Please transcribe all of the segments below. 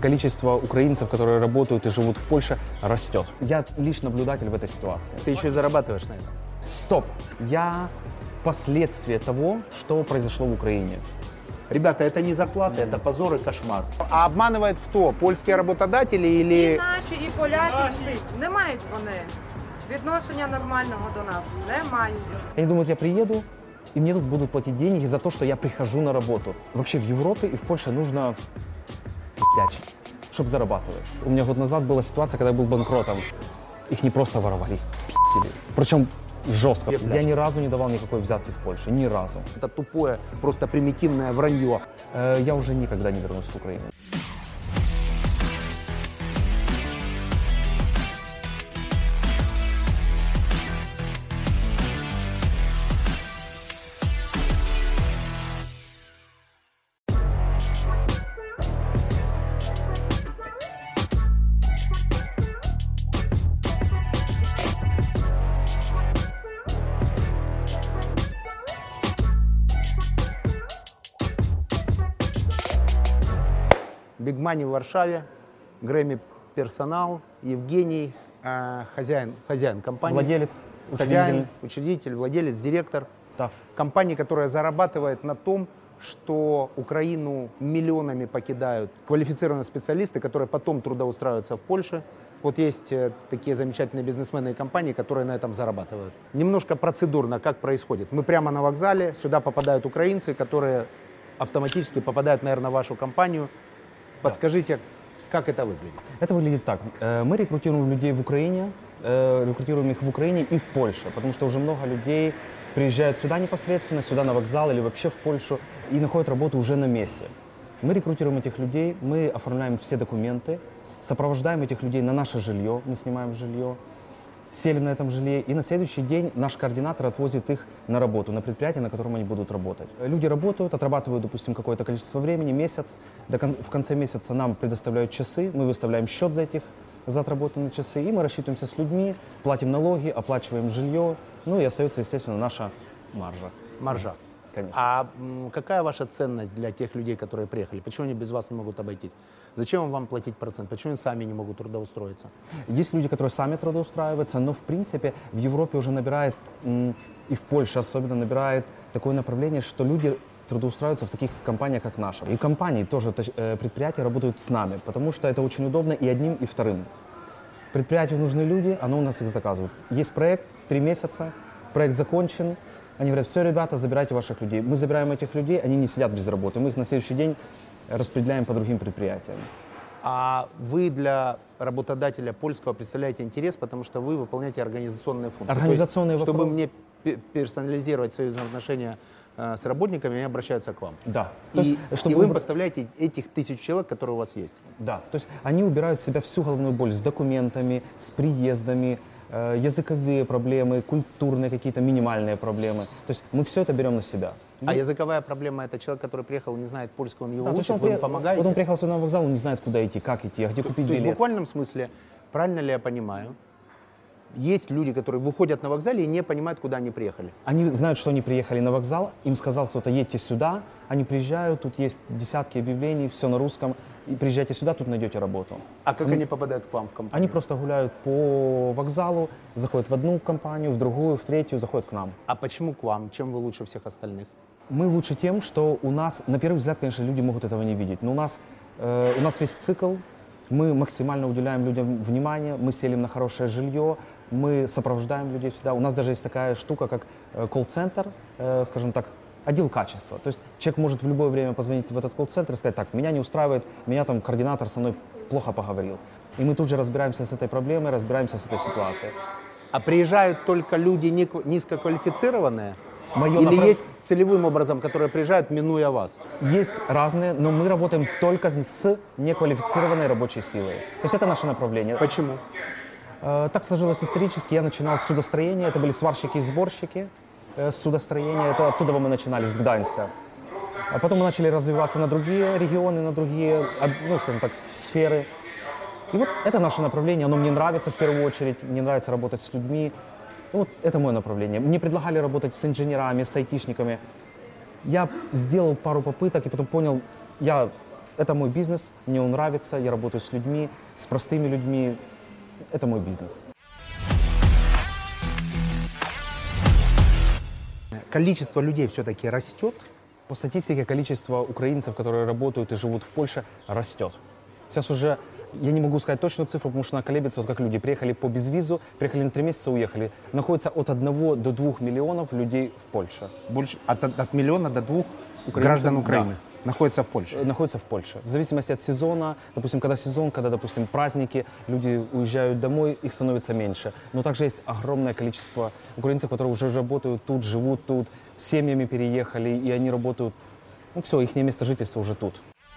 Количество украинцев, которые работают и живут в Польше, растет. Я лишь наблюдатель в этой ситуации. Ты еще и зарабатываешь на этом. Стоп! Я последствие того, что произошло в Украине. Ребята, это не зарплата, это позор и кошмар. А обманывает кто? Польские работодатели І или... наші, і поляки всі. Не мають вони відношення нормального до нас. Не мають. Они думают, я приеду, и мне тут будут платить деньги за то, что я прихожу на работу. Вообще в Европе и в Польше нужно пиздячить, чтобы зарабатывать. У меня год назад была ситуация, когда я был банкротом. Их не просто воровали, их пиздили. Причем жестко. Я ни разу не давал никакой взятки в Польше, ни разу. Это тупое, просто примитивное вранье. Я уже никогда не вернусь в Украину. Big Money в Варшаве, Грэмми персонал, Евгений, хозяин компании. Владелец, Хозяин, учредитель, владелец, директор. Да. Компании, которая зарабатывает на том, что Украину миллионами покидают квалифицированные специалисты, которые потом трудоустраиваются в Польше. Вот есть такие замечательные бизнесмены и компании, которые на этом зарабатывают. Немножко процедурно, как происходит. Мы прямо на вокзале, сюда попадают украинцы, которые автоматически попадают, наверное, в вашу компанию. Подскажите, как это выглядит? Это выглядит так. Мы рекрутируем людей в Украине, рекрутируем их в Украине и в Польше, потому что уже много людей приезжают сюда непосредственно, сюда на вокзал или вообще в Польшу и находят работу уже на месте. Мы рекрутируем этих людей, мы оформляем все документы, сопровождаем этих людей на наше жилье, мы снимаем жилье, селим на этом жилье, и на следующий день наш координатор отвозит их на работу, на предприятие, на котором они будут работать. Люди работают, отрабатывают, допустим, какое-то количество времени, месяц. В конце месяца нам предоставляют часы, мы выставляем счет за отработанные часы, и мы рассчитываемся с людьми, платим налоги, оплачиваем жилье, ну и остается, естественно, наша маржа. Маржа. Конечно. А какая ваша ценность для тех людей, которые приехали? Почему они без вас не могут обойтись? Зачем вам платить процент? Почему они сами не могут трудоустроиться? Есть люди, которые сами трудоустраиваются, но в принципе в Европе уже набирает, и в Польше особенно набирает такое направление, что люди трудоустраиваются в таких компаниях, как наша. И компании тоже, предприятия работают с нами, потому что это очень удобно и одним, и вторым. Предприятию нужны люди, оно у нас их заказывает. Есть проект, 3 месяца, проект закончен. Они говорят, все, ребята, забирайте ваших людей. Мы забираем этих людей, они не сидят без работы. Мы их на следующий день распределяем по другим предприятиям. А вы для работодателя польского представляете интерес, потому что вы выполняете организационные функции. Организационные То есть, чтобы вопросы. мне персонализировать свои взаимоотношения с работниками, они обращаются к вам. Да. И вы им поставляете этих 1000 человек, которые у вас есть. Да. То есть они убирают с себя всю головную боль с документами, с приездами, языковые проблемы, культурные какие-то минимальные проблемы. То есть мы все это берем на себя. А языковая проблема — это человек, который приехал, не знает польского, он его Да, то учит, есть вы ему помогаете? Вот он приехал сюда на вокзал, он не знает, куда идти, как идти, а где купить То есть в билет. буквальном смысле, правильно ли я понимаю, есть люди, которые выходят на вокзале и не понимают, куда они приехали? Они знают, что они приехали на вокзал, им сказал кто-то, едьте сюда, они приезжают, тут есть десятки объявлений, все на русском, и приезжайте сюда, тут найдете работу. А как они попадают к вам в компанию? Они просто гуляют по вокзалу, заходят в одну компанию, в другую, в третью, заходят к нам. А почему к вам? Чем вы лучше всех остальных? Мы лучше тем, что у нас, на первый взгляд, конечно, люди могут этого не видеть, но у нас весь цикл, мы максимально уделяем людям внимание, мы селим на хорошее жилье, мы сопровождаем людей всегда. У нас даже есть такая штука, как колл-центр, скажем так, отдел качества. То есть человек может в любое время позвонить в этот колл-центр и сказать, так, меня не устраивает, меня там координатор со мной плохо поговорил. И мы тут же разбираемся с этой проблемой, разбираемся с этой ситуацией. А приезжают только люди низкоквалифицированные? Моё Или есть целевым образом, которые приезжают, минуя вас? Есть разные, но мы работаем только с неквалифицированной рабочей силой. То есть это наше направление. Почему? Так сложилось исторически. Я начинал с судостроения, это были сварщики и сборщики судостроения, это оттуда мы начинали, с Гданьска. А потом мы начали развиваться на другие регионы, на другие, ну, скажем так, сферы. И вот это наше направление, оно мне нравится в первую очередь, мне нравится работать с людьми. Вот это мое направление. Мне предлагали работать с инженерами, с айтишниками. Я сделал пару попыток и потом понял, я Это мой бизнес, мне он нравится, я работаю с людьми, с простыми людьми. Это мой бизнес. Количество людей все-таки растет. По статистике, количество украинцев, которые работают и живут в Польше, растет. Сейчас уже, я не могу сказать точную цифру, потому что она колеблется, вот как люди приехали по безвизу, приехали на 3 месяца, уехали. Находится от 1 до 2 миллионов людей в Польше. Больше от миллиона до 2 граждан Украины находятся в Польше. Находятся в Польше. В зависимости от сезона, допустим, когда сезон, когда, допустим, праздники, люди уезжают домой, их становится меньше. Но также есть огромное количество украинцев, которые уже работают тут, живут тут, с семьями переехали, и они работают, ну все, их место жительства уже тут.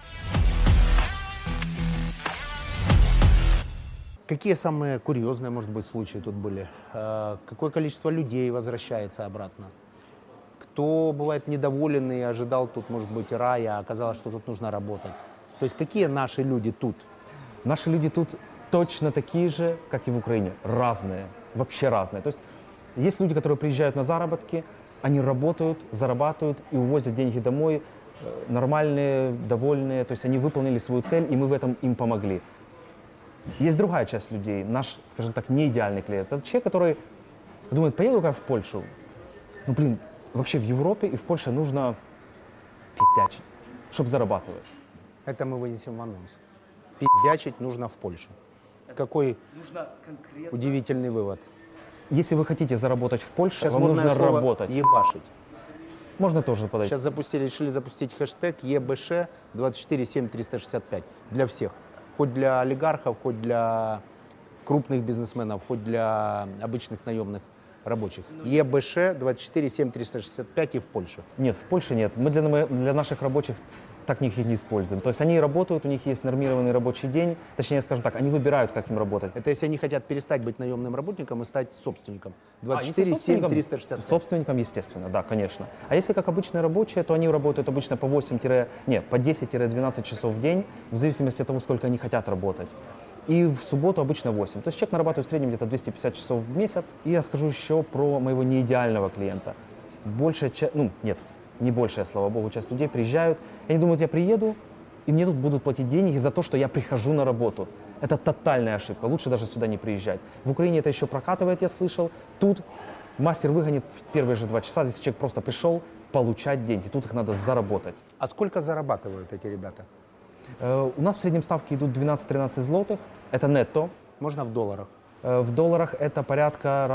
Какие самые курьезные, может быть, случаи тут были? Какое количество людей возвращается обратно? Кто бывает недоволен и ожидал тут, может быть, рая, а оказалось, что тут нужно работать? То есть какие наши люди тут? Наши люди тут точно такие же, как и в Украине. Разные, вообще разные. То есть люди, которые приезжают на заработки, они работают, зарабатывают и увозят деньги домой, нормальные, довольные. То есть они выполнили свою цель, и мы в этом им помогли. Есть другая часть людей, наш, скажем так, не идеальный клиент. Это человек, который думает, поеду-ка в Польшу. Ну, блин, вообще в Европе и в Польше нужно пиздячить, чтобы зарабатывать. Это мы вынесем в анонс. Пиздячить нужно в Польше. Какой удивительный вывод. Если вы хотите заработать в Польше, Сейчас вам модное нужно слово работать. ебашить. Можно тоже подойти. Сейчас решили запустить хэштег ЕБШ 247-365 для всех. Хоть для олигархов, хоть для крупных бизнесменов, хоть для обычных наемных рабочих. ЕБШ 247-365 и в Польше. Нет, в Польше нет. Мы для наших рабочих так их не используем. То есть они работают, у них есть нормированный рабочий день, точнее, скажем так, они выбирают, как им работать. Это если они хотят перестать быть наемным работником и стать собственником. Если 247-365. Собственником, естественно, да, конечно. А если как обычные рабочие, то они работают обычно по 10-12 часов в день, в зависимости от того, сколько они хотят работать. И в субботу обычно 8. То есть человек нарабатывает в среднем где-то 250 часов в месяц. И я скажу еще про моего неидеального клиента. Большая часть, не большая, слава богу, часть людей приезжают, и они думают, я приеду, и мне тут будут платить деньги за то, что я прихожу на работу. Это тотальная ошибка, лучше даже сюда не приезжать. В Украине это еще прокатывает, я слышал. Тут мастер выгонит в первые же 2 часа, если человек просто пришел получать деньги. Тут их надо заработать. А сколько зарабатывают эти ребята? У нас в среднем ставки идут 12-13 злотых, это нетто. Можно в долларах? В долларах это порядка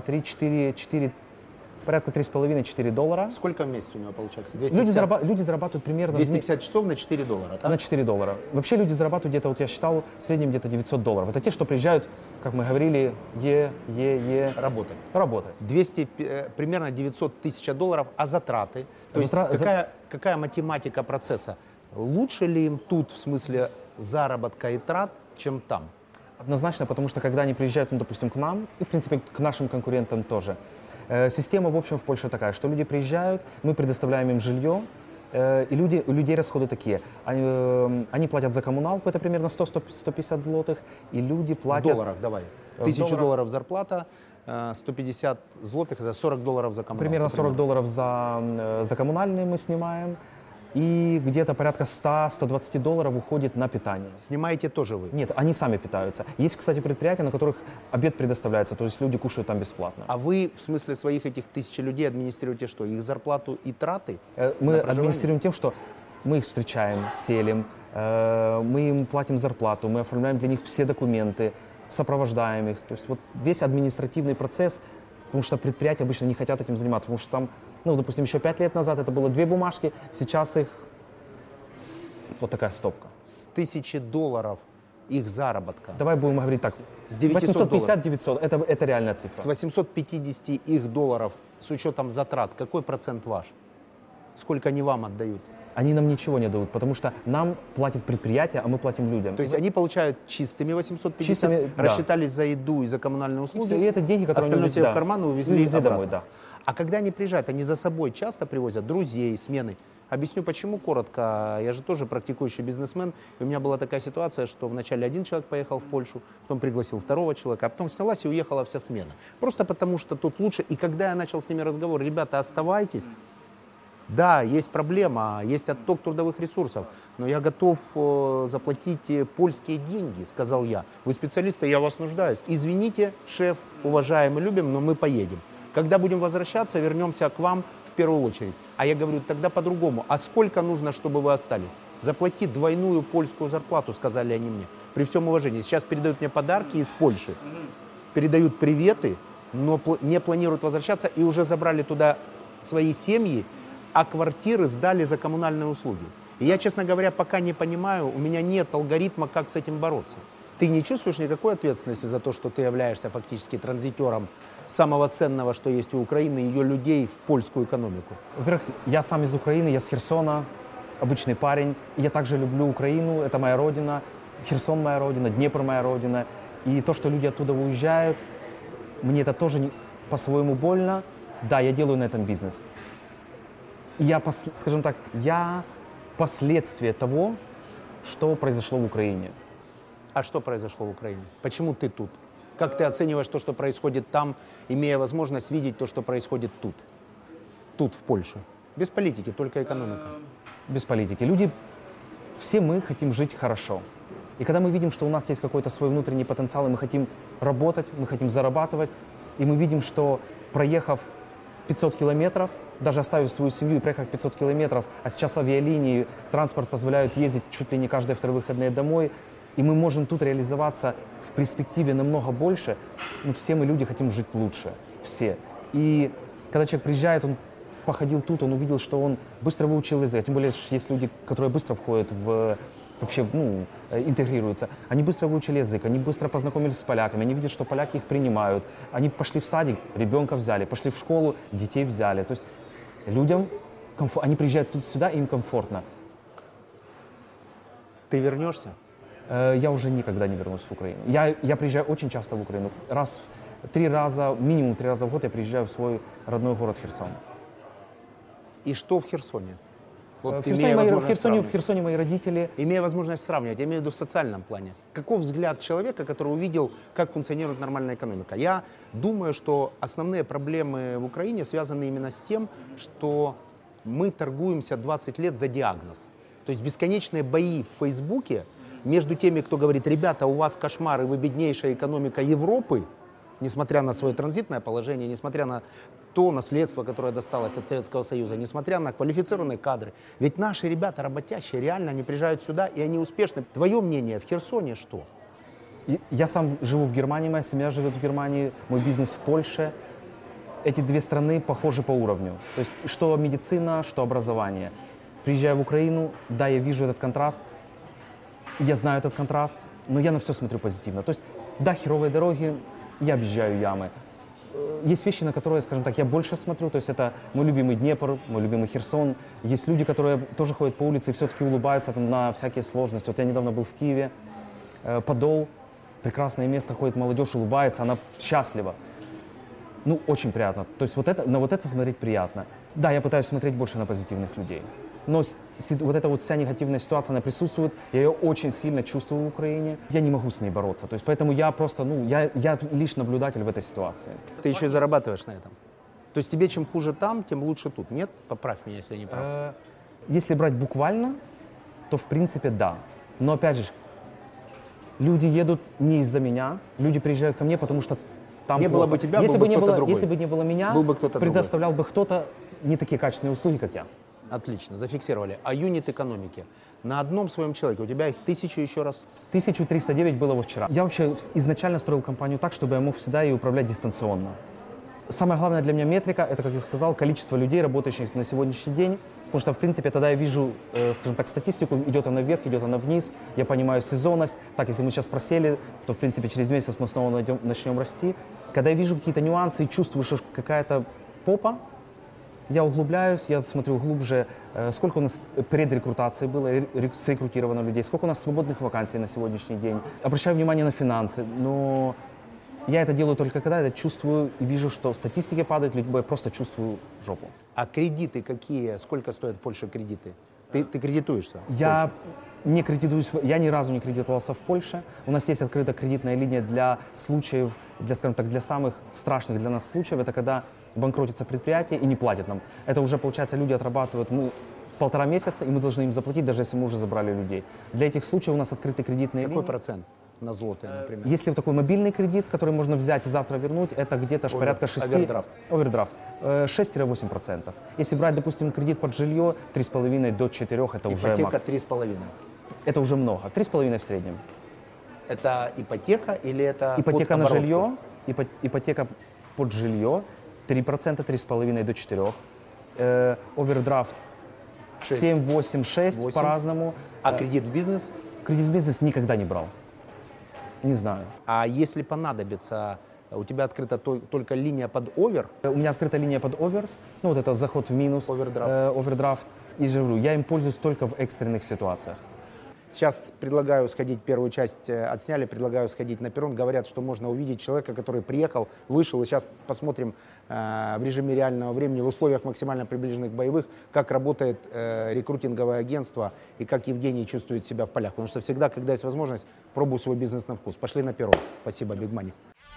порядка 3,5-4 доллара. Сколько в месяц у него получается? Люди зарабатывают примерно... 250 часов на 4 доллара, так? На 4 доллара. Вообще люди зарабатывают где-то, вот я считал, в среднем где-то 900 долларов. Это те, что приезжают, как мы говорили, Работать. работать. Примерно 900 тысяч долларов, а затраты? То есть какая математика процесса? Лучше ли им тут в смысле заработка и трат, чем там? Однозначно, потому что когда они приезжают, допустим, к нам, и, в принципе, к нашим конкурентам тоже, система, в общем, в Польше такая, что люди приезжают, мы предоставляем им жилье, и у людей расходы такие. Они платят за коммуналку, это примерно 100-150 злотых, и люди платят... В долларах, давай. 1000 долларов зарплата, 150 злотых, это 40 долларов за коммуналку. Примерно 40 долларов за коммунальные мы снимаем. И где-то порядка 100-120 долларов уходит на питание. Снимаете тоже вы? Нет, они сами питаются. Есть, кстати, предприятия, на которых обед предоставляется, то есть люди кушают там бесплатно. А вы в смысле своих этих 1000 людей администрируете что? Их зарплату и траты? Мы администрируем тем, что мы их встречаем, селим, мы им платим зарплату, мы оформляем для них все документы, сопровождаем их. То есть вот весь административный процесс, потому что предприятия обычно не хотят этим заниматься, потому что там, допустим, еще 5 лет назад это было 2 бумажки, сейчас их вот такая стопка. С 1000 долларов их заработка. Давай будем говорить так, с 850-900, это реальная цифра. С 850 их долларов, с учетом затрат, какой процент ваш? Сколько они вам отдают? Они нам ничего не дают, потому что нам платит предприятие, а мы платим людям. То есть они получают чистыми 850, чистыми, рассчитались за еду и за коммунальные услуги, и это деньги, которые остальное они себе в карман и увезли домой, да. А когда они приезжают, они за собой часто привозят друзей, смены. Объясню почему коротко. Я же тоже практикующий бизнесмен. И у меня была такая ситуация, что вначале один человек поехал в Польшу, потом пригласил второго человека, а потом снялась и уехала вся смена. Просто потому что тут лучше. И когда я начал с ними разговор, ребята, оставайтесь, Да, есть проблема, есть отток трудовых ресурсов, но я готов заплатить польские деньги, сказал я. Вы специалисты, я в вас нуждаюсь. Извините, шеф, уважаемый, любим, но мы поедем. Когда будем возвращаться, вернемся к вам в первую очередь. А я говорю, тогда по-другому. А сколько нужно, чтобы вы остались? Заплати двойную польскую зарплату, сказали они мне. При всем уважении. Сейчас передают мне подарки из Польши, передают приветы, но не планируют возвращаться и уже забрали туда свои семьи, а квартиры сдали за коммунальные услуги. И я, честно говоря, пока не понимаю, у меня нет алгоритма, как с этим бороться. Ты не чувствуешь никакой ответственности за то, что ты являешься фактически транзитером самого ценного, что есть у Украины, ее людей в польскую экономику? Во-первых, я сам из Украины, я с Херсона, обычный парень. Я также люблю Украину, это моя родина, Херсон моя родина, Днепр моя родина. И то, что люди оттуда уезжают, мне это тоже по-своему больно. Да, я делаю на этом бизнес. Я, скажем так, я последствия того, что произошло в Украине. А что произошло в Украине? Почему ты тут? Как ты оцениваешь то, что происходит там, имея возможность видеть то, что происходит тут? Тут, в Польше. Без политики, только экономика. Без политики. Люди, все мы хотим жить хорошо. И когда мы видим, что у нас есть какой-то свой внутренний потенциал, и мы хотим работать, мы хотим зарабатывать, и мы видим, что проехав 500 километров, даже оставив свою семью и проехав 500 километров, а сейчас авиалинии, транспорт позволяют ездить чуть ли не каждые вторые выходные домой, и мы можем тут реализоваться в перспективе намного больше, ну, все мы люди хотим жить лучше, все. И когда человек приезжает, он походил тут, он увидел, что он быстро выучил язык, тем более есть люди, которые быстро входят в вообще, ну, интегрируются. Они быстро выучили язык, они быстро познакомились с поляками, они видят, что поляки их принимают. Они пошли в садик, ребенка взяли, пошли в школу, детей взяли. То есть людям, они приезжают тут сюда, им комфортно. Ты вернешься? Я уже никогда не вернусь в Украину. Я приезжаю очень часто в Украину. Минимум 3 раза в год я приезжаю в свой родной город Херсон. И что в Херсоне? Вот, в Херсоне мои родители. Имея возможность сравнивать, я имею в виду в социальном плане. Каков взгляд человека, который увидел, как функционирует нормальная экономика? Я думаю, что основные проблемы в Украине связаны именно с тем, что мы торгуемся 20 лет за диагноз. То есть бесконечные бои в Фейсбуке между теми, кто говорит, ребята, у вас кошмар, и вы беднейшая экономика Европы, несмотря на свое транзитное положение, несмотря на то наследство, которое досталось от Советского Союза, несмотря на квалифицированные кадры. Ведь наши ребята работящие, реально, они приезжают сюда, и они успешны. Твое мнение, в Херсоне что? Я сам живу в Германии, моя семья живет в Германии, мой бизнес в Польше. Эти две страны похожи по уровню. То есть что медицина, что образование. Приезжая в Украину, да, я вижу этот контраст, я знаю этот контраст, но я на все смотрю позитивно. То есть, да, херовые дороги, я объезжаю ямы. Есть вещи, на которые, скажем так, я больше смотрю, то есть это мой любимый Днепр, мой любимый Херсон. Есть люди, которые тоже ходят по улице и все-таки улыбаются там, на всякие сложности. Вот я недавно был в Киеве, Подол, прекрасное место, ходит молодежь, улыбается, она счастлива. Ну, очень приятно. То есть на вот это смотреть приятно. Да, я пытаюсь смотреть больше на позитивных людей. Но вот эта вот вся негативная ситуация, она присутствует, я ее очень сильно чувствую в Украине. Я не могу с ней бороться. То есть поэтому я просто, я лишь наблюдатель в этой ситуации. Ты еще и зарабатываешь на этом. То есть тебе чем хуже там, тем лучше тут. Нет? Поправь меня, если я не прав. Если брать буквально, то в принципе да. Но опять же, люди едут не из-за меня, люди приезжают ко мне, потому что там не плохо. Было бы тебя, был бы кто-то другой. Если бы не было меня, был бы кто-то предоставлял бы кто-то не такие качественные услуги, как я. Отлично, зафиксировали. А юнит экономики? На одном своем человеке, у тебя их 1000 еще раз? 1309 было вот вчера. Я вообще изначально строил компанию так, чтобы я мог всегда ее управлять дистанционно. Самая главная для меня метрика, это, как я сказал, количество людей, работающих на сегодняшний день. Потому что, в принципе, тогда я вижу, скажем так, статистику, идет она вверх, идет она вниз, я понимаю сезонность. Так, если мы сейчас просели, то, в принципе, через месяц мы снова начнем расти. Когда я вижу какие-то нюансы и чувствую, что какая-то попа, я углубляюсь, я смотрю глубже, сколько у нас предрекрутации было, срекрутировано людей, сколько у нас свободных вакансий на сегодняшний день. Обращаю внимание на финансы, но я это делаю только когда я чувствую и вижу, что статистика падает, либо я просто чувствую жопу. А кредиты какие? Сколько стоят в Польше кредиты? Ты кредитуешься? Я не кредитуюсь, я ни разу не кредитовался в Польше. У нас есть открытая кредитная линия для случаев, скажем так, для самых страшных для нас случаев. Это когда банкротится предприятие и не платит нам. Это уже, получается, люди отрабатывают 1,5 месяца, и мы должны им заплатить, даже если мы уже забрали людей. Для этих случаев у нас открыты кредитные Какой линии. процент на злоты, например? Если такой мобильный кредит, который можно взять и завтра вернуть, это где-то порядка 6... Овердрафт. Овердрафт. 6-8%. Если брать, допустим, кредит под жилье, 3,5 до 4, это уже Ипотека макс. 3,5. Это уже много. 3,5 в среднем. Это ипотека или это Ипотека под на оборотку? жилье, ипотека под жилье 3%, 3,5 до 4. Овердрафт 7, 8, 6 8. по-разному. А кредит в бизнес? Кредит в бизнес никогда не брал. Не знаю. А если понадобится, у тебя открыта только линия под овер? У меня открыта линия под овер, ну вот это заход в минус, Овердрафт. овердрафт. И же говорю, я им пользуюсь только в экстренных ситуациях. Сейчас предлагаю сходить, первую часть отсняли, предлагаю сходить на перрон. Говорят, что можно увидеть человека, который приехал, вышел. И сейчас посмотрим в режиме реального времени, в условиях максимально приближенных к боевых, как работает рекрутинговое агентство и как Евгений чувствует себя в полях. Потому что всегда, когда есть возможность, пробую свой бизнес на вкус. Пошли на перрон. Спасибо, Big Money.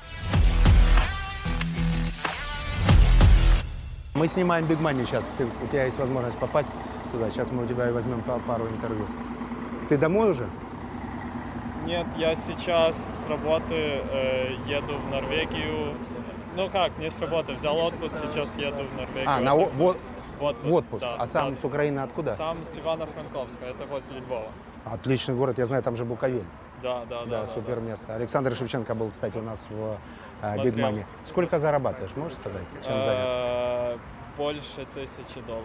Мы снимаем Big Money сейчас. У тебя есть возможность попасть туда. Сейчас мы у тебя и возьмем пару интервью. Ты домой уже? Нет, я сейчас с работы еду в Норвегию. Ну как, не с работы, взял отпуск, сейчас еду в Норвегию. А, в отпуск. Да, А сам да. с Украины откуда? Сам с Ивано-Франковска, это возле Львова. Отличный город, я знаю, там же Буковель. Да, Супер место. Александр Шевченко был, кстати, у нас в Смотрел. Big Money. Сколько зарабатываешь, можешь сказать? Чем занят? Больше $1000.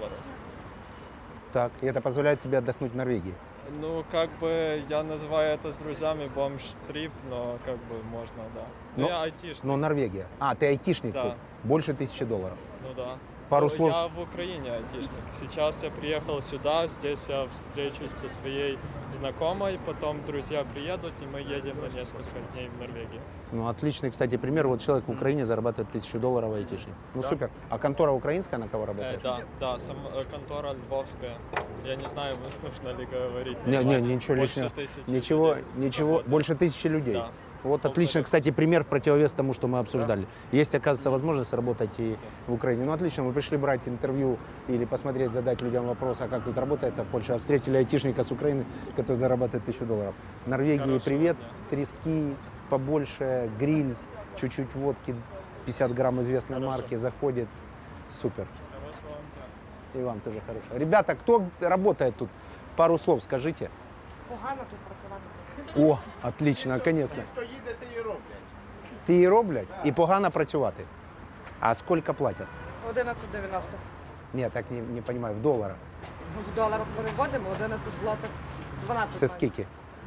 Так, и это позволяет тебе отдохнуть в Норвегии. Ну, как бы, я называю это с друзьями бомж-стрип, но как бы можно, да. Ну, я айтишник. Но Норвегия. А, ты айтишник Да. тут. Больше $1000. Ну да. Пару Ну, слов. Я в Украине айтишник. Сейчас я приехал сюда, здесь я встречусь со своей знакомой, потом друзья приедут, и мы едем на несколько дней в Норвегию. Ну, отличный, кстати, пример. Вот человек в Украине зарабатывает $1000 айтишник. Ну, Да. супер. А контора украинская, на кого работаешь? Да, контора львовская. Я не знаю, нужно ли говорить. Не, название. ничего Больше лишнего. 1000 Ничего, людей ничего. работает. Больше 1000 людей. Да. Вот отлично, кстати, пример в противовес тому, что мы обсуждали. Есть, оказывается, возможность работать и в Украине. Ну, отлично, мы пришли брать интервью или посмотреть, задать людям вопрос, а как тут работается в Польше. А встретили айтишника с Украины, который зарабатывает $1000. Норвегии Хорошего привет, дня. трески побольше, гриль, чуть-чуть водки, 50 грамм известной Хорошо. марки, заходит. Супер. Хорошего вам дня. И вам тоже хорошо. Ребята, кто работает тут? Пару слов скажите. Погано тут працювати. О, отлично, наконец-то. Хто їде, ти і роблять. Ти її роблять і погано працювати. А скільки платять? 11,90. Ні, так не розумію, в доларах. В доларах переводимо, 11 злотих, 12. Це скільки?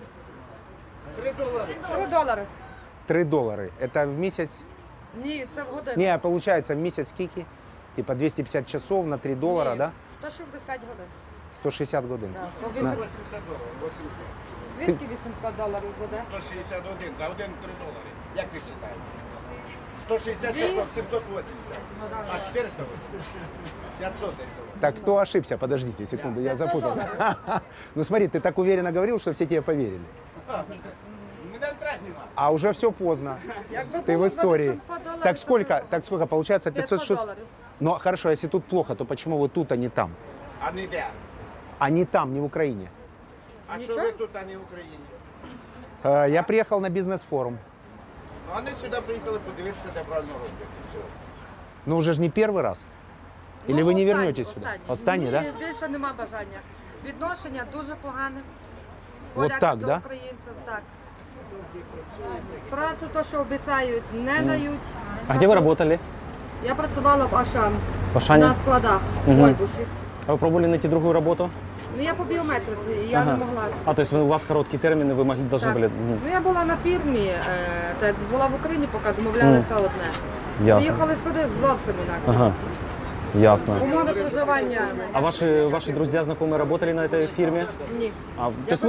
$3. $3. Це в місяць? Ні, це в годину. Ні, виходить, в місяць скільки? Типа 250 часов на $3, Ні, да? 160 годин. 160 годин. Да, по На- вісім- $80, 800. Звідки $800 буде? 161, за один $3. Як ти вважаєш? 160 часов, 780. Ну, да, А, 480. 500 это. Так кто ошибся? Подождите секунду, я запутался. Ну смотри, ты так уверенно говорил, что все тебе поверили. Не дай знімати. А уже все поздно. Якби Ты в було за истории. $800, Так сколько? Получается 500 $500. Ну хорошо, если тут плохо, то почему вы тут, а не там? А не де? А не там, не в Украине. А Нічого? що ви тут, а не в Україні? Я приехал на бизнес-форум. А вони сюди приїхали подивитися, де правильно роблять. І все. Но уже ж не первый раз. Или Ну, вы не останній, вернетесь сюда? Останній, Ні, да? більше нема бажання. Відношення дуже погане. От Поляки так, до да? українців, так. Працю, то, що обіцяють, не дають. А где вы работали? Я працювала в Ашан, В Ашані? на складах в Мгм. Ольбуші. А вы пробовали найти другую работу? Ну, я по біометриці, і я Ага. не могла. А, то есть у вас короткие термины, вы могли, должны Так. были... Мгм. Ну, я була на фірмі, так була в Україні, поки домовлялися одне. Ясно. Приїхали сюди зовсім інакше. Ага, ясно. Умови проживання А ваши друзья, знакомые работали на этой фирме? ні. А, то Я есть вы...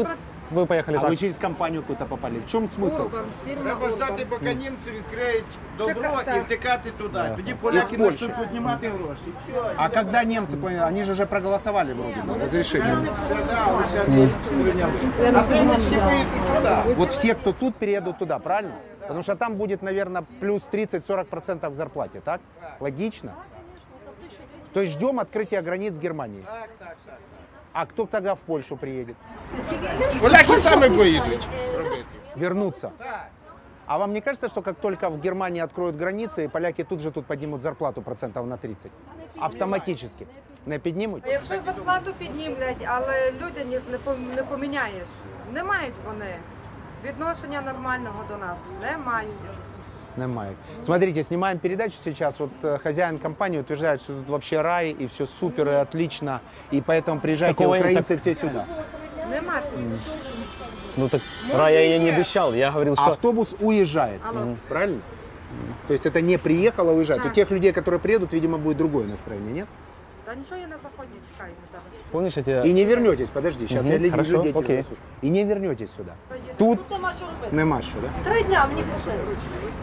Вы поехали А так. вы через компанию какую-то попали. В чем смысл? Урбан, фірма Треба Урбан. ждати, поки німці відкриють добро Чекати. і втикати туди. Тоді Із поляки Польщі. почнуть піднімати гроші. Все. А когда немцы планируют? Они же уже проголосовали вроде бы, разрешили. Все, да, лише не прийняли. А потім всі поїдуть туди. Вот все, кто тут, переедут туда, правильно? Потому что там будет, наверное, плюс 30-40% в зарплате, так? Логично? То есть ждем открытия границ с Германией. Так, так, так. А кто тогда в Польшу приедет? Поляки самі поїдуть робити. Вернуться. Так. А вам не кажется, что как только в Германии откроют границы, поляки тут же тут поднимут зарплату процентов на 30? Автоматически. Не піднімуть? А якщо зарплату піднімлять, але людяність не поміняєш, не мають вони відношення нормального до нас, не мають. Немає. Смотрите, снимаем передачу сейчас. Вот хозяин компании утверждает, что тут вообще рай, и все супер, и отлично. И поэтому приезжайте, Такого украинцы, все сюда. Нема тут. Ну так рая я не обещал. Я говорил, что... Автобус уезжает. Алло. Правильно? То есть это не приехало, а уезжает. Да. У тех людей, которые приедут, видимо, будет другое настроение, нет? Та нічого я на заході чекаю на тебе. Помнишь эти... И не вернетесь, подожди, сейчас я хорошо, людей окей. заслушаю. И не вернетесь сюда. Тут нема що, да? 3 дня мені пишуть.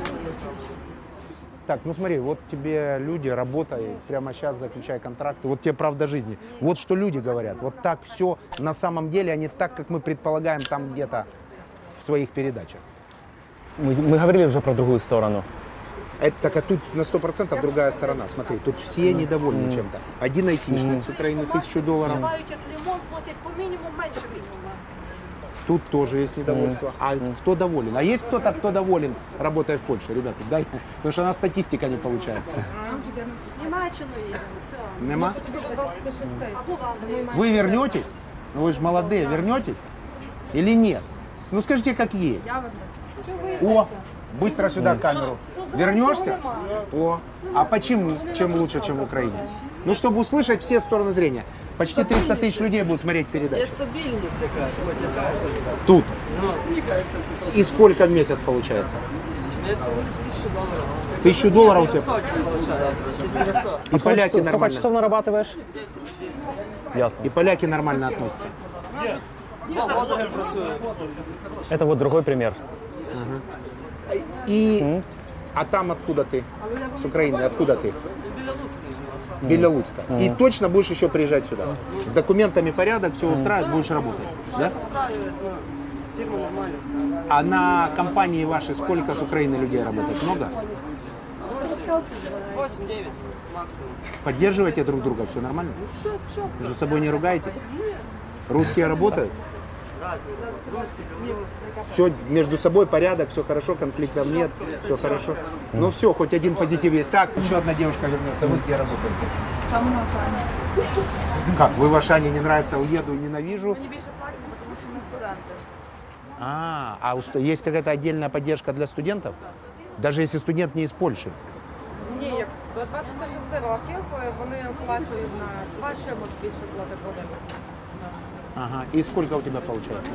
Так, ну смотри, вот тебе люди, работай, прямо сейчас заключай контракты, вот тебе правда жизни. Вот что люди говорят, вот так все на самом деле, а не так, как мы предполагаем там где-то в своих передачах. Мы говорили уже про другую сторону. Это так, а тут на 100% другая сторона. Смотри, тут все недовольны чем-то. Один айтишник с Украины $1000. Мають як ремонт, платять по мінімуму, менше мінімуму. Тут тоже есть недовольство. А кто доволен? А есть кто-то, кто доволен, работая в Польше, ребята? Дай, потому что у нас статистика не получается. Німеччину їдемо, все. Нема? Або в Англію. Вы вернетесь? Ну вы же молодые, вернетесь? Или нет? Ну скажите, как есть. О, быстро сюда камеру. Вернешься? О, а почему? Чем лучше, чем в Украине? Ну, чтобы услышать все стороны зрения. Почти 300 тысяч людей будут смотреть передачу. Є стабільність якась, хоч якась. Тут. Ну, мені кажеться, це то, И сколько в месяц получается? десь $1000. $1000 у тебя. 900 получається, десь 900. И Сколько, поляки сколько нормально. часов нарабатываешь? Ясно. И поляки нормально относятся. Володар працює. Это вот другой пример. И... А там откуда ты? С Украины. Откуда ты? Біля Луцька живе. Беля Луцка. И точно будешь еще приезжать сюда. С документами порядок, все устраивает, будешь работать. Да? Устраює, ну, фірма нормальна. А на компании вашей сколько с Украины людей работает? Много? 8-9 максимум. Поддерживаете друг друга? Все нормально? Все чітко. Между собой не ругаетесь? Русские работают? Разні. Русські, білоруси. Все между собой порядок, все хорошо, конфликтов нет, все хорошо. Ну все, хоть один позитив есть. Так, еще одна девушка вернется. Вы где работаете? Саме на Ашані. Как, вы в Ашане не нравится, уеду, ненавижу? Мені більше платять, тому що ми студенти. Есть какая-то отдельная поддержка для студентов? Даже если студент не из Польши? Ні, як до 26 років вони оплачують на 2 чимось більше злотих в годину. Ага. И сколько у тебя получается?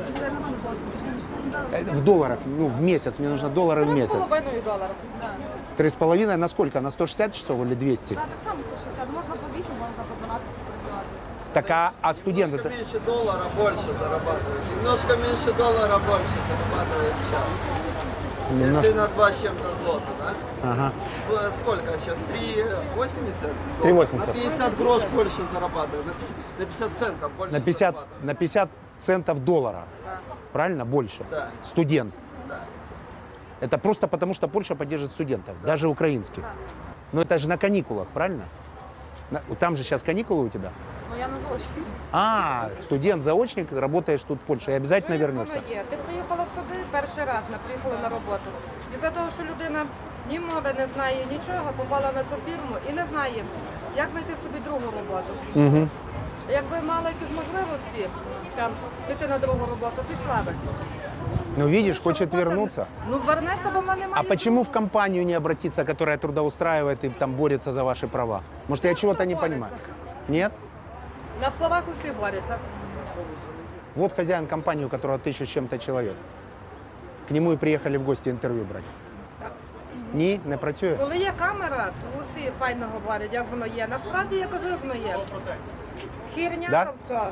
В долларах, ну в месяц, мне нужно доллары в месяц. $3,5. 3,5 на сколько? На 160 часов или 200? Так само 160, можна по 8, можна по 12 працювати. Так, а студент Немножко это... меньше доллара, больше зарабатывает. Немножко меньше доллара, больше зарабатывает в час. Если на 2 с чем-то злота, да? Ага. Сколько сейчас? 3,80? 3,80. На 50 грош больше зарабатывает, на 50 центов больше На 50 центов доллара. Правильно? Больше. Да. Студент. Да. Это просто потому, что Польша поддерживает студентов, даже украинских. Но это же на каникулах, правильно? Там же сейчас каникулы у тебя? Ну я на злочці. А, студент-заочник, работаешь тут в Польше и обязательно вернешься. Воно є. Ти приїхала сюди перший раз, ми приїхали на роботу. І за того, що людина ні мови не знає, нічого, попала на цю фірму і не знає, як знайти собі другу роботу. Угу. Якби мала якісь можливості там, піти на другу роботу, пішла би. Ну, видишь, хочет вернуться. Ну, вернеться, бо вона не має. А почему в компанию не обратиться, которая трудоустраивает и там борется за ваши права? Может, я чего-то не понимаю? Нет? На словах усі борються. Вот хозяин компании, у которого 1000 с чем-то человек. К нему и приехали в гости интервью брать. Так. Ні, не працює? Коли є камера, то усі файно говорять, як воно є. Насправді я кажу, як воно є. Хірня Да? то все.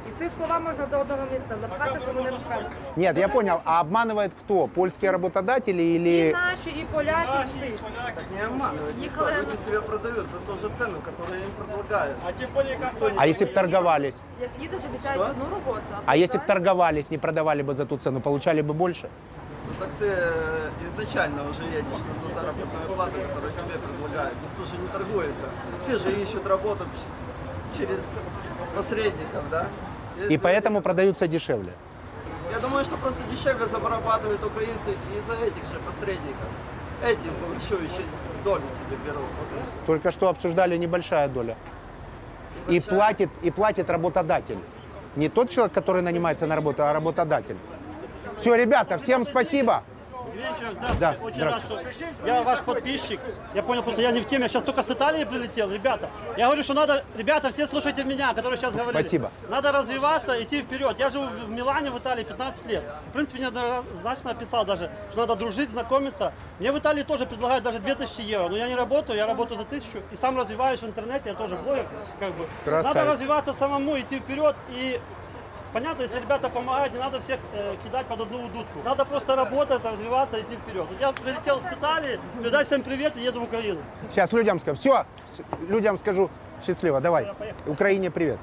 І ці слова можна до одного місця запхати, що вони скажуть. Нет, я понял. А обманывает кто? Польские работодатели І или... наші, і поляки, всі. Так не обманывают. Никто. Люди себе продают за ту же цену, которую им предлагают. А тем более как А если бы торговались? Як їдеш, обіцяють Що? одну роботу. А если бы торговались, не продавали бы за ту цену, получали бы больше? Ну так ты изначально уже едешь на ту заработную плату, которую тебе предлагают. Никто же не торгуется. Все же ищут работу через посредников, да? Есть И поэтому продаются дешевле. Я думаю, что просто дешевле зарабатывают украинцы из-за этих же посредников. Этим еще долю себе берут. Только что обсуждали небольшая доля. И платит работодатель. Не тот человек, который нанимается на работу, а работодатель. Все, ребята, всем спасибо. Вечер, здравствуйте. Да, Очень рад, что я ваш подписчик. Я понял, просто я не в теме. Я сейчас только с Италии прилетел, ребята. Я говорю, что надо, ребята, все слушайте меня, которые сейчас говорили. Спасибо. Надо развиваться, идти вперед. Я живу в Милане, в Италии 15 лет. В принципе, неоднозначно описал даже, что надо дружить, знакомиться. Мне в Италии тоже предлагают даже 2000 евро. Но я не работаю, я работаю за 1000. И сам развиваюсь в интернете, я тоже блогер. Как бы. Красавец. Надо развиваться самому, идти вперед и... Понятно, если ребята помогают, не надо всех кидать под одну удутку. Надо просто работать, развиваться, идти вперед. Вот я прилетел с Италии, передай всем привет и еду в Украину. Сейчас людям скажу. Все, людям скажу счастливо. Давай. Украине привет.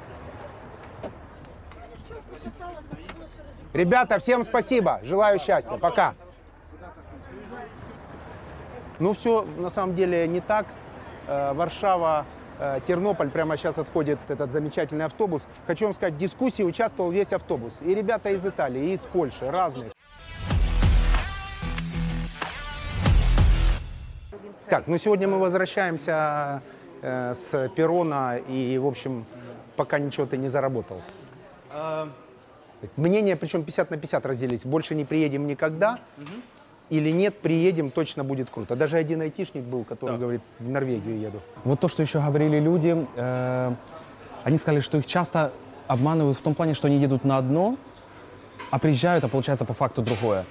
Ребята, всем спасибо. Желаю счастья. Пока. Ну все, на самом деле не так. Варшава, Тернополь, прямо сейчас отходит этот замечательный автобус. Хочу вам сказать, в дискуссии участвовал весь автобус. И ребята из Италии, и из Польши, разные. Так, ну сегодня мы возвращаемся с перрона, и, в общем, пока ничего ты не заработал. Мнения, причем 50 на 50 разделились. Больше не приедем никогда. Или нет, приедем, точно будет круто. Даже один айтишник был, который говорит, в Норвегию еду. Вот то, что еще говорили люди, они сказали, что их часто обманывают в том плане, что они едут на одно, а приезжают, а получается по факту другое.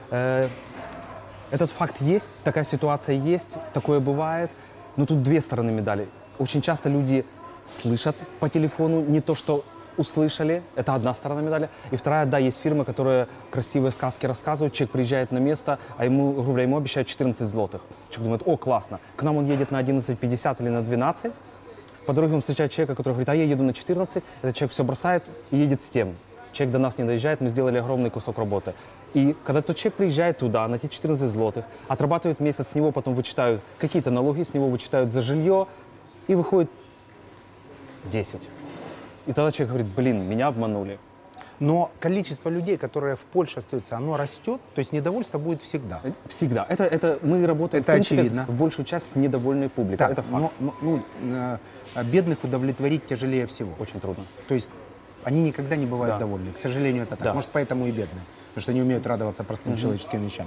Этот факт есть, такая ситуация есть, такое бывает, но тут две стороны медали. Очень часто люди слышат по телефону не то, что услышали, это одна сторона медали. И вторая, да, есть фирмы, которые красивые сказки рассказывают, человек приезжает на место, а ему, грубо говоря, ему обещают 14 злотых. Человек думает, о, классно, к нам он едет на 11,50 или на 12, по дороге он встречает человека, который говорит, а я еду на 14, этот человек все бросает и едет с тем. Человек до нас не доезжает, мы сделали огромный кусок работы. И когда тот человек приезжает туда, на те 14 злотых, отрабатывает месяц, с него потом вычитают какие-то налоги, с него вычитают за жилье, и выходит 10. И тогда человек говорит, блин, меня обманули. Но количество людей, которые в Польше остаются, оно растет, то есть недовольство будет всегда. Всегда. Это мы работаем, Это в принципе, очевидно. в большую часть с недовольной публикой. Так, это факт. Бедных удовлетворить тяжелее всего. Очень трудно. То есть они никогда не бывают Да. довольны. К сожалению, это так. Да. Может, поэтому и бедные. Потому что не умеют радоваться простым человеческим вещам.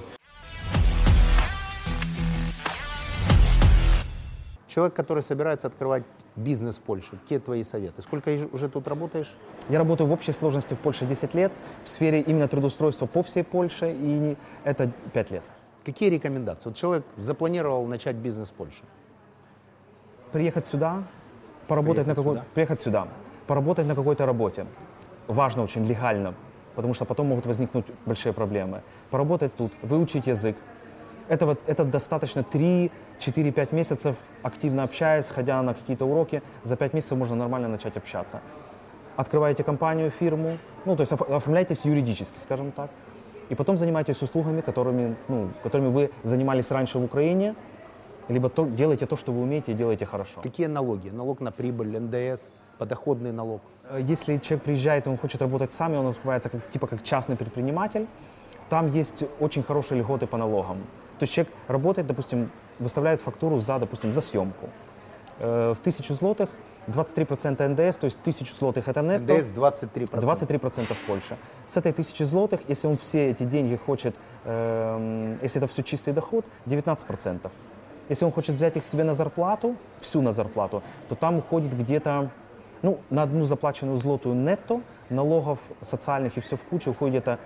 Человек, который собирается открывать бизнес в Польше, какие твои советы? Сколько уже тут работаешь? Я работаю в общей сложности в Польше 10 лет, в сфере именно трудоустройства по всей Польше, и это 5 лет. Какие рекомендации? Вот человек запланировал начать бизнес в Польше. Приехать сюда, поработать приехать сюда, поработать на какой-то работе. Важно очень, легально, потому что потом могут возникнуть большие проблемы. Поработать тут, выучить язык. Это достаточно 3-4-5 месяцев, активно общаясь, ходя на какие-то уроки. За 5 месяцев можно нормально начать общаться. Открываете компанию, фирму, ну, то есть оформляйтесь юридически, скажем так. И потом занимайтесь услугами, которыми вы занимались раньше в Украине, либо делайте то, что вы умеете, и делайте хорошо. Какие налоги? Налог на прибыль, НДС, подоходный налог. Если человек приезжает, и он хочет работать сам, и он открывается как частный предприниматель, там есть очень хорошие льготы по налогам. То есть человек работает, допустим, выставляет фактуру за съемку. В 1000 злотых 23% НДС, то есть 1000 злотых это нетто. НДС 23%. 23% в Польше. С этой 1000 злотых, если он все эти деньги хочет, если это все чистый доход, 19%. Если он хочет взять их себе на зарплату, всю на зарплату, то там уходит где-то, на одну заплаченную злотую нетто, налогов социальных и все в кучу уходит где-то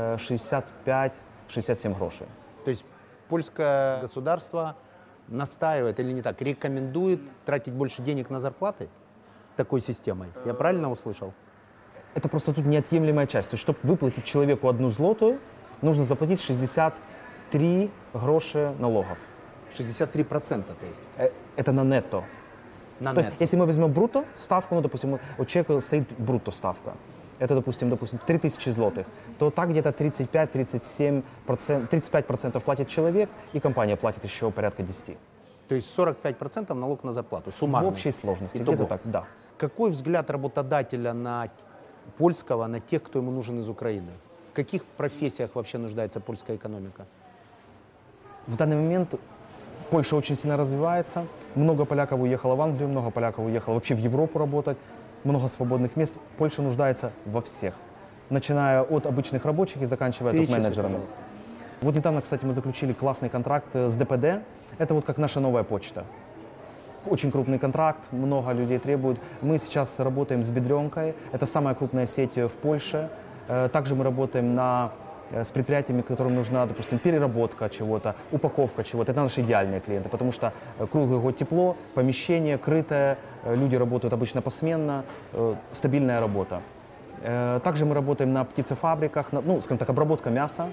65-67 грошей. То есть польское государство настаивает или не так, рекомендует тратить больше денег на зарплаты такой системой? Я правильно услышал? это просто тут неотъемлемая часть. То есть, чтобы выплатить человеку 1 злотую, нужно заплатить 63 гроши налогов. 63%, то есть. Это на нетто. На То есть, нетто. если мы возьмем брутто ставку, ну, допустим, у человека стоит брутто ставка, это, допустим, 3000 злотых, то так где-то 35-37%, 35% платит человек, и компания платит еще порядка 10%. То есть 45% налог на зарплату, суммарно. В общей сложности, Итого. где-то так, да. Какой взгляд работодателя на польского, на тех, кто ему нужен из Украины? В каких профессиях вообще нуждается польская экономика? В данный момент Польша очень сильно развивается. Много поляков уехало в Англию, много поляков уехало вообще в Европу работать. Много свободных мест. Польша нуждается во всех. Начиная от обычных рабочих и заканчивая топ-менеджерами. Вот недавно, кстати, мы заключили классный контракт с ДПД. Это вот как наша новая почта. Очень крупный контракт, много людей требуют. Мы сейчас работаем с Бедренкой. Это самая крупная сеть в Польше. Также мы работаем с предприятиями, которым нужна, допустим, переработка чего-то, упаковка чего-то. Это наши идеальные клиенты, потому что круглый год тепло, помещение крытое, люди работают обычно посменно, стабильная работа. Также мы работаем на птицефабриках, ну, скажем так, обработка мяса.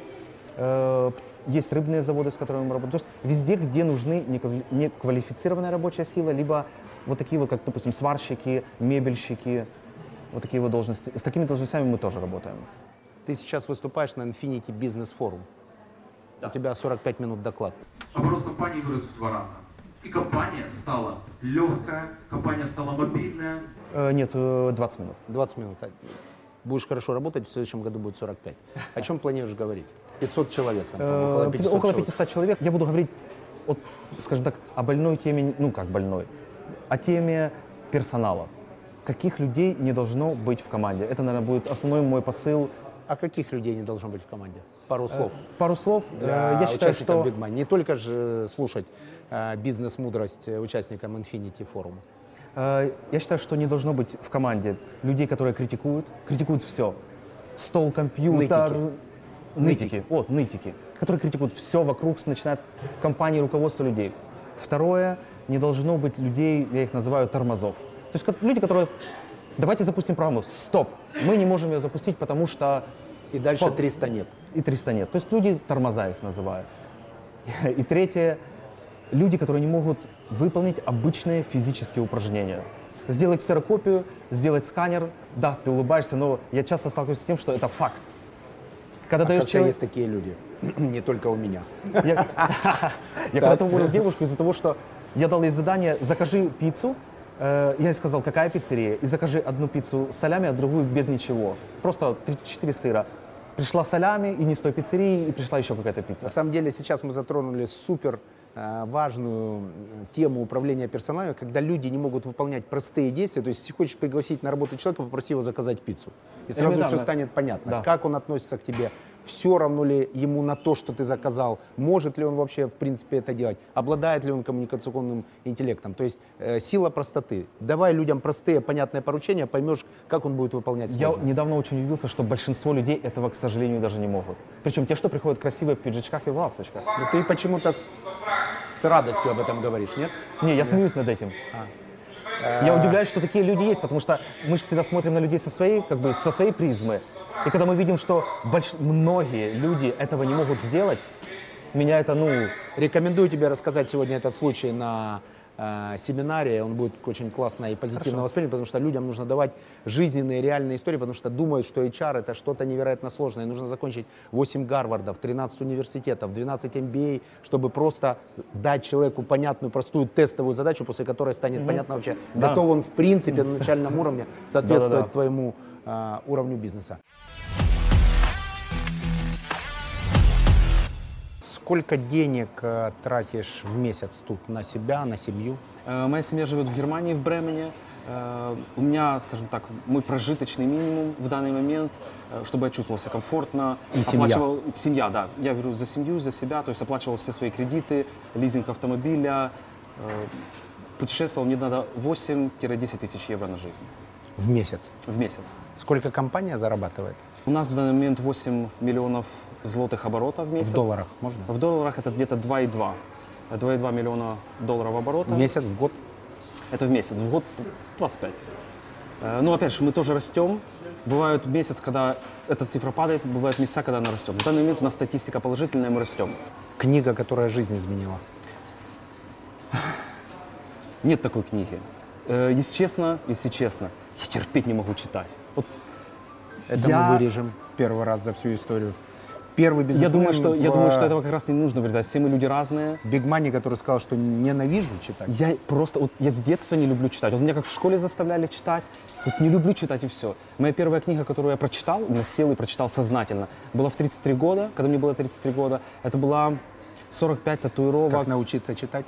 Есть рыбные заводы, с которыми мы работаем. То есть везде, где нужны неквалифицированная рабочая сила, либо вот такие вот, как, допустим, сварщики, мебельщики, вот такие вот должности. С такими должностями мы тоже работаем. Ты сейчас выступаешь на Infinity Business Forum. Да. У тебя 45 минут доклад. Оборот компании вырос в 2 раза. И компания стала легкая, компания стала мобильная. Нет, 20 минут. 20 минут. Будешь хорошо работать, в следующем году будет 45. О чем планируешь говорить? 500 человек. Там, около 500 человек. Я буду говорить, скажем так, о больной теме, ну как больной, о теме персонала. Каких людей не должно быть в команде? Это, наверное, будет основной мой посыл. А каких людей не должно быть в команде? Пару слов. Пару слов. Для я считаю, что... Big Money. Не только же слушать бизнес-мудрость участникам Infinity форума. Я считаю, что не должно быть в команде людей, которые критикуют все. Стол, компьютер, нытики, которые критикуют все вокруг, начиная от компании, руководства людей. Второе, не должно быть людей, я их называю тормозов. То есть люди, которые, давайте запустим программу, стоп, мы не можем ее запустить, потому что... И дальше 300 нет. И 300 нет. То есть люди, тормоза их называю. И третье, люди, которые не могут выполнить обычные физические упражнения. Сделать ксерокопию, сделать сканер, да, ты улыбаешься, но я часто сталкиваюсь с тем, что это факт. Когда даешь есть такие люди, не только у меня. Я когда-то уволил девушку из-за того, что я дал ей задание, закажи пиццу, я ей сказал, какая пиццерия, и закажи одну пиццу с солями, а другую без ничего. Просто 3-4 сыра. Пришла солями, и не с той пиццерии, и пришла еще какая-то пицца. На самом деле сейчас мы затронули супер важную тему управления персоналом, когда люди не могут выполнять простые действия. То есть, если хочешь пригласить на работу человека, попроси его заказать пиццу. И сразу все станет понятно, да. Как он относится к тебе, все равно ли ему на то, что ты заказал, может ли он вообще, в принципе, это делать, обладает ли он коммуникационным интеллектом. То есть сила простоты. Давай людям простые, понятные поручения, поймешь, как он будет выполнять. Я недавно очень удивился, что большинство людей этого, к сожалению, даже не могут. Причем те, что приходят красивые в пиджачках и в ласточках. Но ты почему-то с радостью об этом говоришь, нет? Не, я смеюсь над этим. Я удивляюсь, что такие люди есть, потому что мы же всегда смотрим на людей со своей призмы. И когда мы видим, что многие люди этого не могут сделать, меня это, Рекомендую тебе рассказать сегодня этот случай на семинаре. Он будет очень классно и позитивно воспринят, потому что людям нужно давать жизненные, реальные истории, потому что думают, что HR это что-то невероятно сложное. Нужно закончить 8 Гарвардов, 13 университетов, 12 MBA, чтобы просто дать человеку понятную, простую тестовую задачу, после которой станет понятно вообще, готов он в принципе на начальном уровне соответствовать твоему уровню бизнеса. Сколько денег тратишь в месяц тут на себя, на семью? Моя семья живет в Германии, в Бремене. У меня, скажем так, мой прожиточный минимум в данный момент, чтобы я чувствовал себя комфортно. И семья? Семья, да. Я беру за семью, за себя, то есть оплачивал все свои кредиты, лизинг автомобиля. Путешествовал, мне надо 8-10 тысяч евро на жизнь. В месяц? В месяц. Сколько компания зарабатывает? У нас в данный момент 8 миллионов злотых оборота в месяц. В долларах можно? В долларах это где-то 2,2. 2,2 миллиона долларов оборота. В месяц, в год? Это в месяц. В год 25. Ну, опять же, мы тоже растем. Бывает месяц, когда эта цифра падает, бывают месяца, когда она растет. В данный момент у нас статистика положительная, мы растем. Книга, которая жизнь изменила. Нет такой книги. Если честно, я терпеть не могу читать. Вот Это мы вырежем первый раз за всю историю. Первый бизнесмен я думаю, что этого как раз не нужно вырезать. Все мы люди разные. Биг Мани, который сказал, что ненавижу читать. Я с детства не люблю читать. Вот меня как в школе заставляли читать. Вот не люблю читать и все. Моя первая книга, которую я прочитал, именно сел и прочитал сознательно, была в 33 года, когда мне было 33 года. Это была 45 татуировок. Как научиться читать?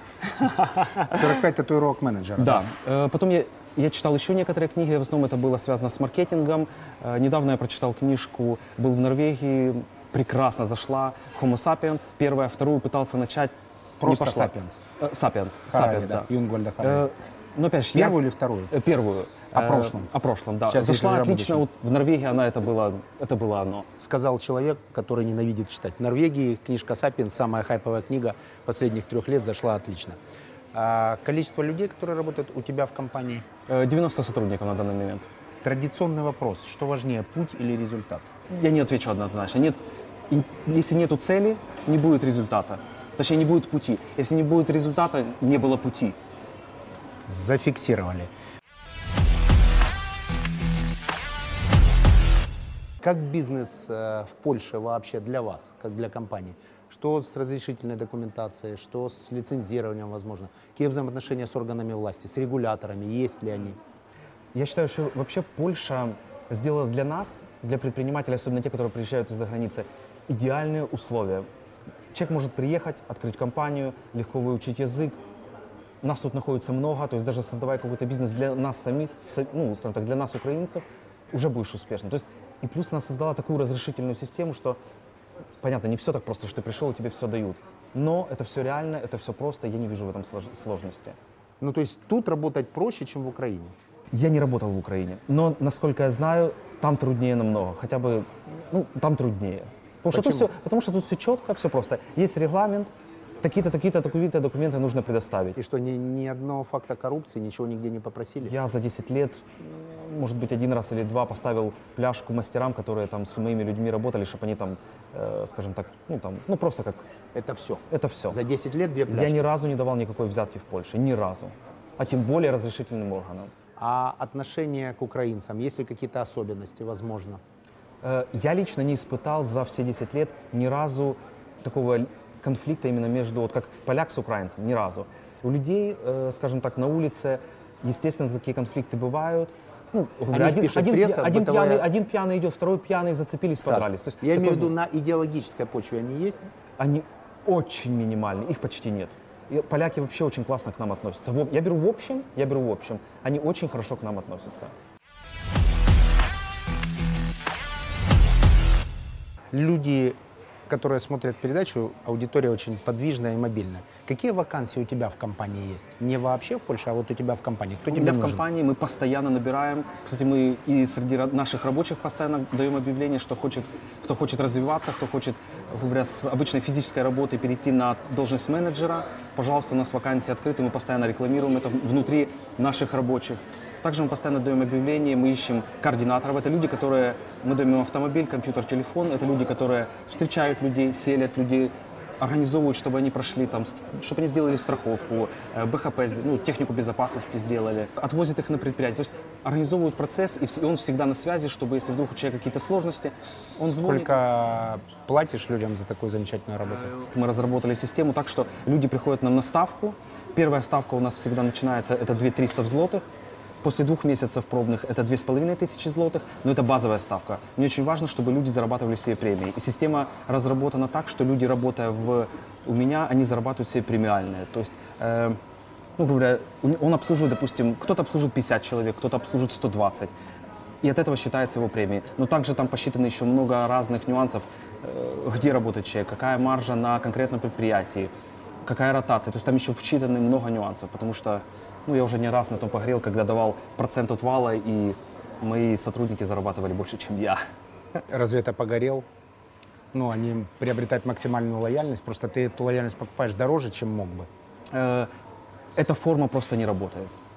45 татуировок менеджера. Да. Потом я читал еще некоторые книги, в основном это было связано с маркетингом. Недавно я прочитал книжку, был в Норвегии, прекрасно зашла, Homo sapiens, первая, вторую пытался начать, Просто не пошла. Sapiens. Sapiens, да. Юнгвальда Харари. Но опять же, Первую или вторую? Первую. О прошлом. О прошлом, да. Сейчас Зашла есть отлично, вот в Норвегии это было оно. Сказал человек, который ненавидит читать. В Норвегии книжка «Сапиенс», самая хайповая книга последних 3 лет, зашла отлично. А количество людей, которые работают у тебя в компании? 90 сотрудников на данный момент. Традиционный вопрос. Что важнее, путь или результат? Я не отвечу однозначно. Если нету цели, не будет результата. Точнее, не будет пути. Если не будет результата, не было пути. Зафиксировали. Как бизнес в Польше вообще для вас, как для компании? Что с разрешительной документацией, что с лицензированием, возможно? Какие взаимоотношения с органами власти, с регуляторами, есть ли они? Я считаю, что вообще Польша сделала для нас, для предпринимателей, особенно те, которые приезжают из-за границы, идеальные условия. Человек может приехать, открыть компанию, легко выучить язык. Нас тут находится много, то есть даже создавая какой-то бизнес для нас самих, ну, скажем так, для нас, украинцев, уже будешь успешным. То есть и плюс она создала такую разрешительную систему, что, понятно, не все так просто, что ты пришел и тебе все дают. Но это все реально, это все просто, я не вижу в этом сложности. Ну, то есть тут работать проще, чем в Украине? Я не работал в Украине, но, насколько я знаю, там труднее намного, хотя бы, ну, там труднее. Потому что тут все четко, все просто. Есть регламент, такие-то документы нужно предоставить. И что, ни одного факта коррупции, ничего нигде не попросили? Я за 10 лет, может быть, 1 раз или 2 поставил пляшку мастерам, которые там с моими людьми работали, чтобы они там, скажем так, ну просто как... Это все? Это все. За 10 лет 2 пляшки? Я ни разу не давал никакой взятки в Польше, ни разу. А тем более разрешительным органам. А отношение к украинцам, есть ли какие-то особенности, возможно? Я лично не испытал за все 10 лет ни разу такого конфликта именно между, вот как поляк с украинцем, ни разу. У людей, скажем так, на улице, естественно, такие конфликты бывают. Ну, один пьяный идет, второй пьяный, зацепились, подрались. То есть, я имею в виду, на идеологической почве они есть? Они очень минимальны, их почти нет. И поляки вообще очень классно к нам относятся. Я беру в общем, они очень хорошо к нам относятся. Люди, которые смотрят передачу, аудитория очень подвижная и мобильная. Какие вакансии у тебя в компании есть? Не вообще в Польше, а вот у тебя в компании. Кто тебе нужен? В компании мы постоянно набираем. Кстати, мы и среди наших рабочих постоянно даем объявление, что кто хочет развиваться, кто хочет, говоря, с обычной физической работы перейти на должность менеджера. Пожалуйста, у нас вакансии открыты, мы постоянно рекламируем это внутри наших рабочих. Также мы постоянно даем объявления, мы ищем координаторов. Это люди, мы даем им автомобиль, компьютер, телефон. Это люди, которые встречают людей, селят людей, организовывают, чтобы они прошли, чтобы они сделали страховку, БХП, технику безопасности сделали, отвозят их на предприятие. То есть организовывают процесс, и он всегда на связи, чтобы если вдруг у человека какие-то сложности, он звонит. Сколько платишь людям за такую замечательную работу? Мы разработали систему так, что люди приходят нам на ставку. Первая ставка у нас всегда начинается, это 2300 злотых. После 2 месяцев пробных это 2500 злотых, но это базовая ставка. Мне очень важно, чтобы люди зарабатывали себе премии. И система разработана так, что люди, работая у меня, они зарабатывают себе премиальные. То есть, грубо говоря, он обслуживает, допустим, кто-то обслуживает 50 человек, кто-то обслуживает 120. И от этого считается его премией. Но также там посчитано еще много разных нюансов, где работает человек, какая маржа на конкретном предприятии, какая ротация. То есть там еще вчитаны много нюансов, потому что я уже не раз на том погорел, когда давал процент от вала, и мои сотрудники зарабатывали больше, чем я. Разве это погорел? Они приобретают максимальную лояльность, просто ты эту лояльность покупаешь дороже, чем мог бы. Эта форма просто не работает.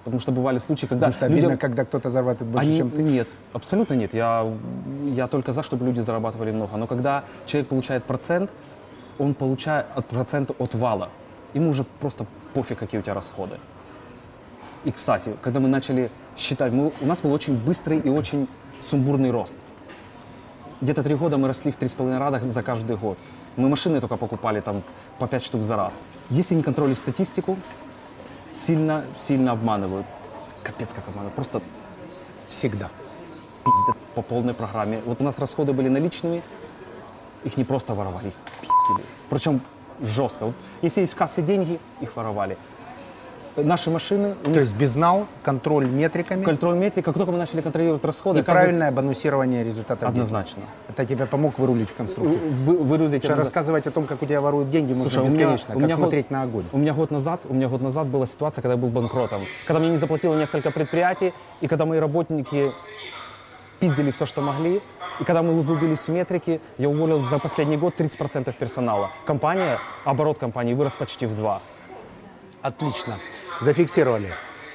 Потому что бывали случаи, когда Потому что обидно, когда кто-то зарабатывает больше, чем ты. Нет, абсолютно нет. Я только за, чтобы люди зарабатывали много. Но когда человек получает процент, он получает процент от вала. Ему уже просто пофиг, какие у тебя расходы. И, кстати, когда мы начали считать, у нас был очень быстрый и очень сумбурный рост. Где-то 3 года мы росли в 3,5 раза за каждый год. Мы машины только покупали там по 5 штук за раз. Если не контролить статистику, сильно обманывают. Капец, как обманывают. Просто Всегда. пиздят по полной программе. Вот у нас расходы были наличными, их не просто воровали, их пиздили. Причем жестко. Вот если есть в кассе деньги, их воровали. Наши машины... То есть безнал, контроль метриками Контроль метрик. Как только мы начали контролировать расходы... и правильное бонусирование результатов Однозначно. деятельности. Это тебе помог вырулить в конструкцию. Вырулить. Что рассказывать о том, как у тебя воруют деньги, можно Слушай, бесконечно, как смотреть на огонь. У меня год назад была ситуация, когда я был банкротом. Когда мне не заплатило несколько предприятий, и когда мои работники пиздили все, что могли, и когда мы углубились в метрики, я уволил за последний год 30% персонала. Оборот компании вырос почти в 2. Отлично. Зафиксировали.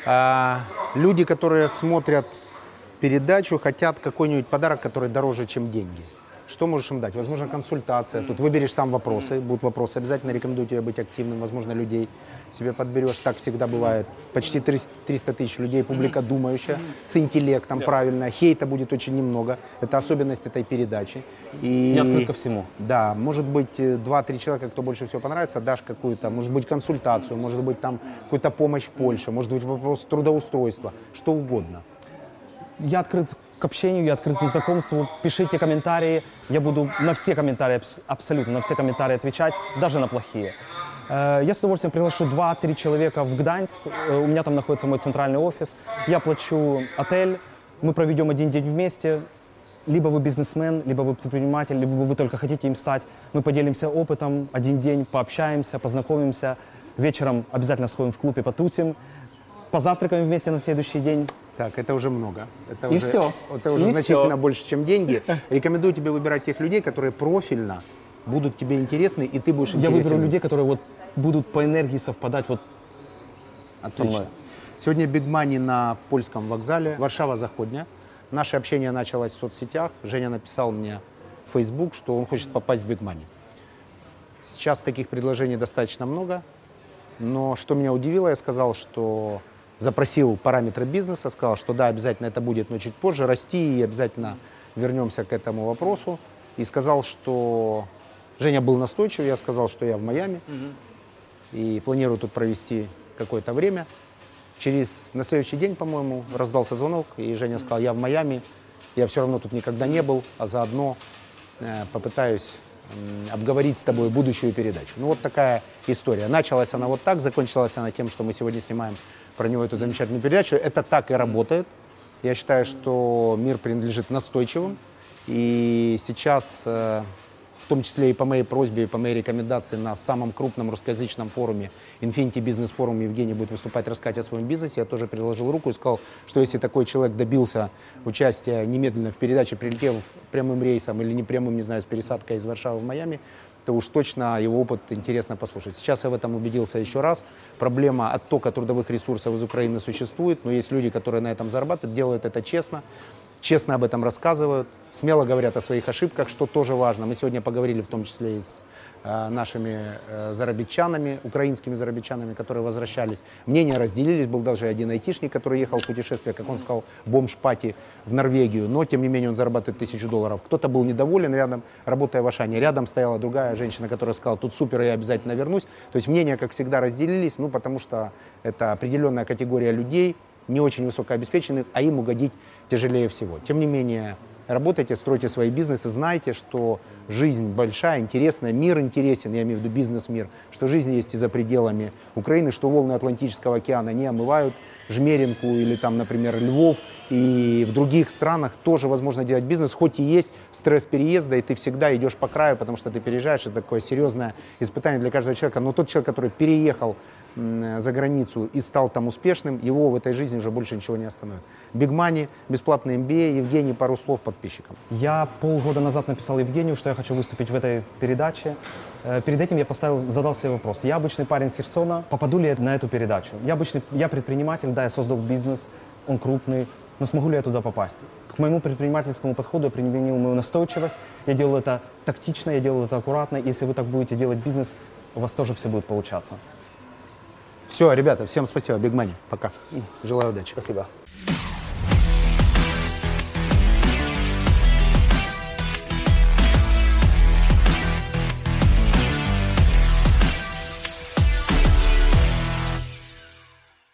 Люди, которые смотрят передачу, хотят какой-нибудь подарок, который дороже, чем деньги. Что можешь им дать? Возможно, консультация. Тут выберешь сам вопросы. Будут вопросы. Обязательно рекомендую тебе быть активным. Возможно, людей себе подберешь. Так всегда бывает. Почти 300 тысяч людей, публика думающая, с интеллектом, правильно. Хейта будет очень немного. Это особенность этой передачи. И Я открыт ко всему. Да, может быть, 2-3 человека, кто больше всего понравится, дашь какую-то, может быть, консультацию, может быть, там какую-то помощь в Польше, может быть, вопрос трудоустройства, что угодно. Я открыт к общению, я открыт к знакомству. Пишите комментарии. Я буду на все комментарии, абсолютно на все комментарии отвечать, даже на плохие. Я с удовольствием приглашу 2-3 человека в Гданьск. У меня там находится мой центральный офис. Я плачу отель. Мы проведем 1 день вместе. Либо вы бизнесмен, либо вы предприниматель, либо вы только хотите им стать. Мы поделимся опытом, 1 день пообщаемся, познакомимся. Вечером обязательно сходим в клуб и потусим. Позавтракаем вместе на следующий день. Так, это уже много. Это И уже, все. Это уже И значительно все. больше, чем деньги. Рекомендую тебе выбирать тех людей, которые профильно будут тебе интересны, и ты будешь Я интересен. выберу людей, которые вот будут по энергии совпадать вот со мной. Сегодня Big Money на польском вокзале. Варшава Заходня. Наше общение началось в соцсетях. Женя написал мне в Facebook, что он хочет попасть в Big Money. Сейчас таких предложений достаточно много. Но что меня удивило, я сказал, что запросил параметры бизнеса, сказал, что да, обязательно это будет, но чуть позже, расти, и обязательно вернемся к этому вопросу. И сказал, что Женя был настойчив, я сказал, что я в Майами и планирую тут провести какое-то время. На следующий день, по-моему, раздался звонок, и Женя сказал, я в Майами, я все равно тут никогда не был, а заодно попытаюсь обговорить с тобой будущую передачу. Ну вот такая история. Началась она вот так, закончилась она тем, что мы сегодня снимаем про него эту замечательную передачу. Это так и работает. Я считаю, что мир принадлежит настойчивым. И сейчас, в том числе и по моей просьбе, и по моей рекомендации, на самом крупном русскоязычном форуме, Infinity Business Forum, Евгений будет выступать, рассказать о своем бизнесе. Я тоже приложил руку и сказал, что если такой человек добился участия немедленно в передаче, прилетев прямым рейсом или непрямым, не знаю, с пересадкой из Варшавы в Майами, то уж точно его опыт интересно послушать. Сейчас я в этом убедился еще раз. Проблема оттока трудовых ресурсов из Украины существует, но есть люди, которые на этом зарабатывают, делают это честно об этом рассказывают, смело говорят о своих ошибках, что тоже важно. Мы сегодня поговорили в том числе и с нашими зарабитчанами, украинскими зарабитчанами, которые возвращались. Мнения разделились, был даже один айтишник, который ехал в путешествие, как он сказал, бомж-пати в Норвегию, но тем не менее он зарабатывает $1000. Кто-то был недоволен рядом, работая в Ашане. Рядом стояла другая женщина, которая сказала, тут супер, я обязательно вернусь. То есть мнения, как всегда, разделились, потому что это определенная категория людей, не очень высокообеспеченных, а им угодить тяжелее всего. Тем не менее, работайте, стройте свои бизнесы, знайте, что жизнь большая, интересная, мир интересен, я имею в виду бизнес-мир, что жизнь есть и за пределами Украины, что волны Атлантического океана не омывают Жмеринку или там, например, Львов, и в других странах тоже возможно делать бизнес, хоть и есть стресс переезда, и ты всегда идешь по краю, потому что ты переезжаешь, это такое серьезное испытание для каждого человека, но тот человек, который переехал за границу и стал там успешным, его в этой жизни уже больше ничего не остановит. Big Money, бесплатный MBA. Евгений, пару слов подписчикам. Я полгода назад написал Евгению, что я хочу выступить в этой передаче. Перед этим я задал себе вопрос. Я обычный парень с Херсона, попаду ли я на эту передачу? Я предприниматель, да, я создал бизнес, он крупный, но смогу ли я туда попасть? К моему предпринимательскому подходу я применил мою настойчивость, я делал это тактично, я делал это аккуратно. Если вы так будете делать бизнес, у вас тоже все будет получаться. Все, ребята, всем спасибо, Big Money, пока. Желаю удачи. Спасибо.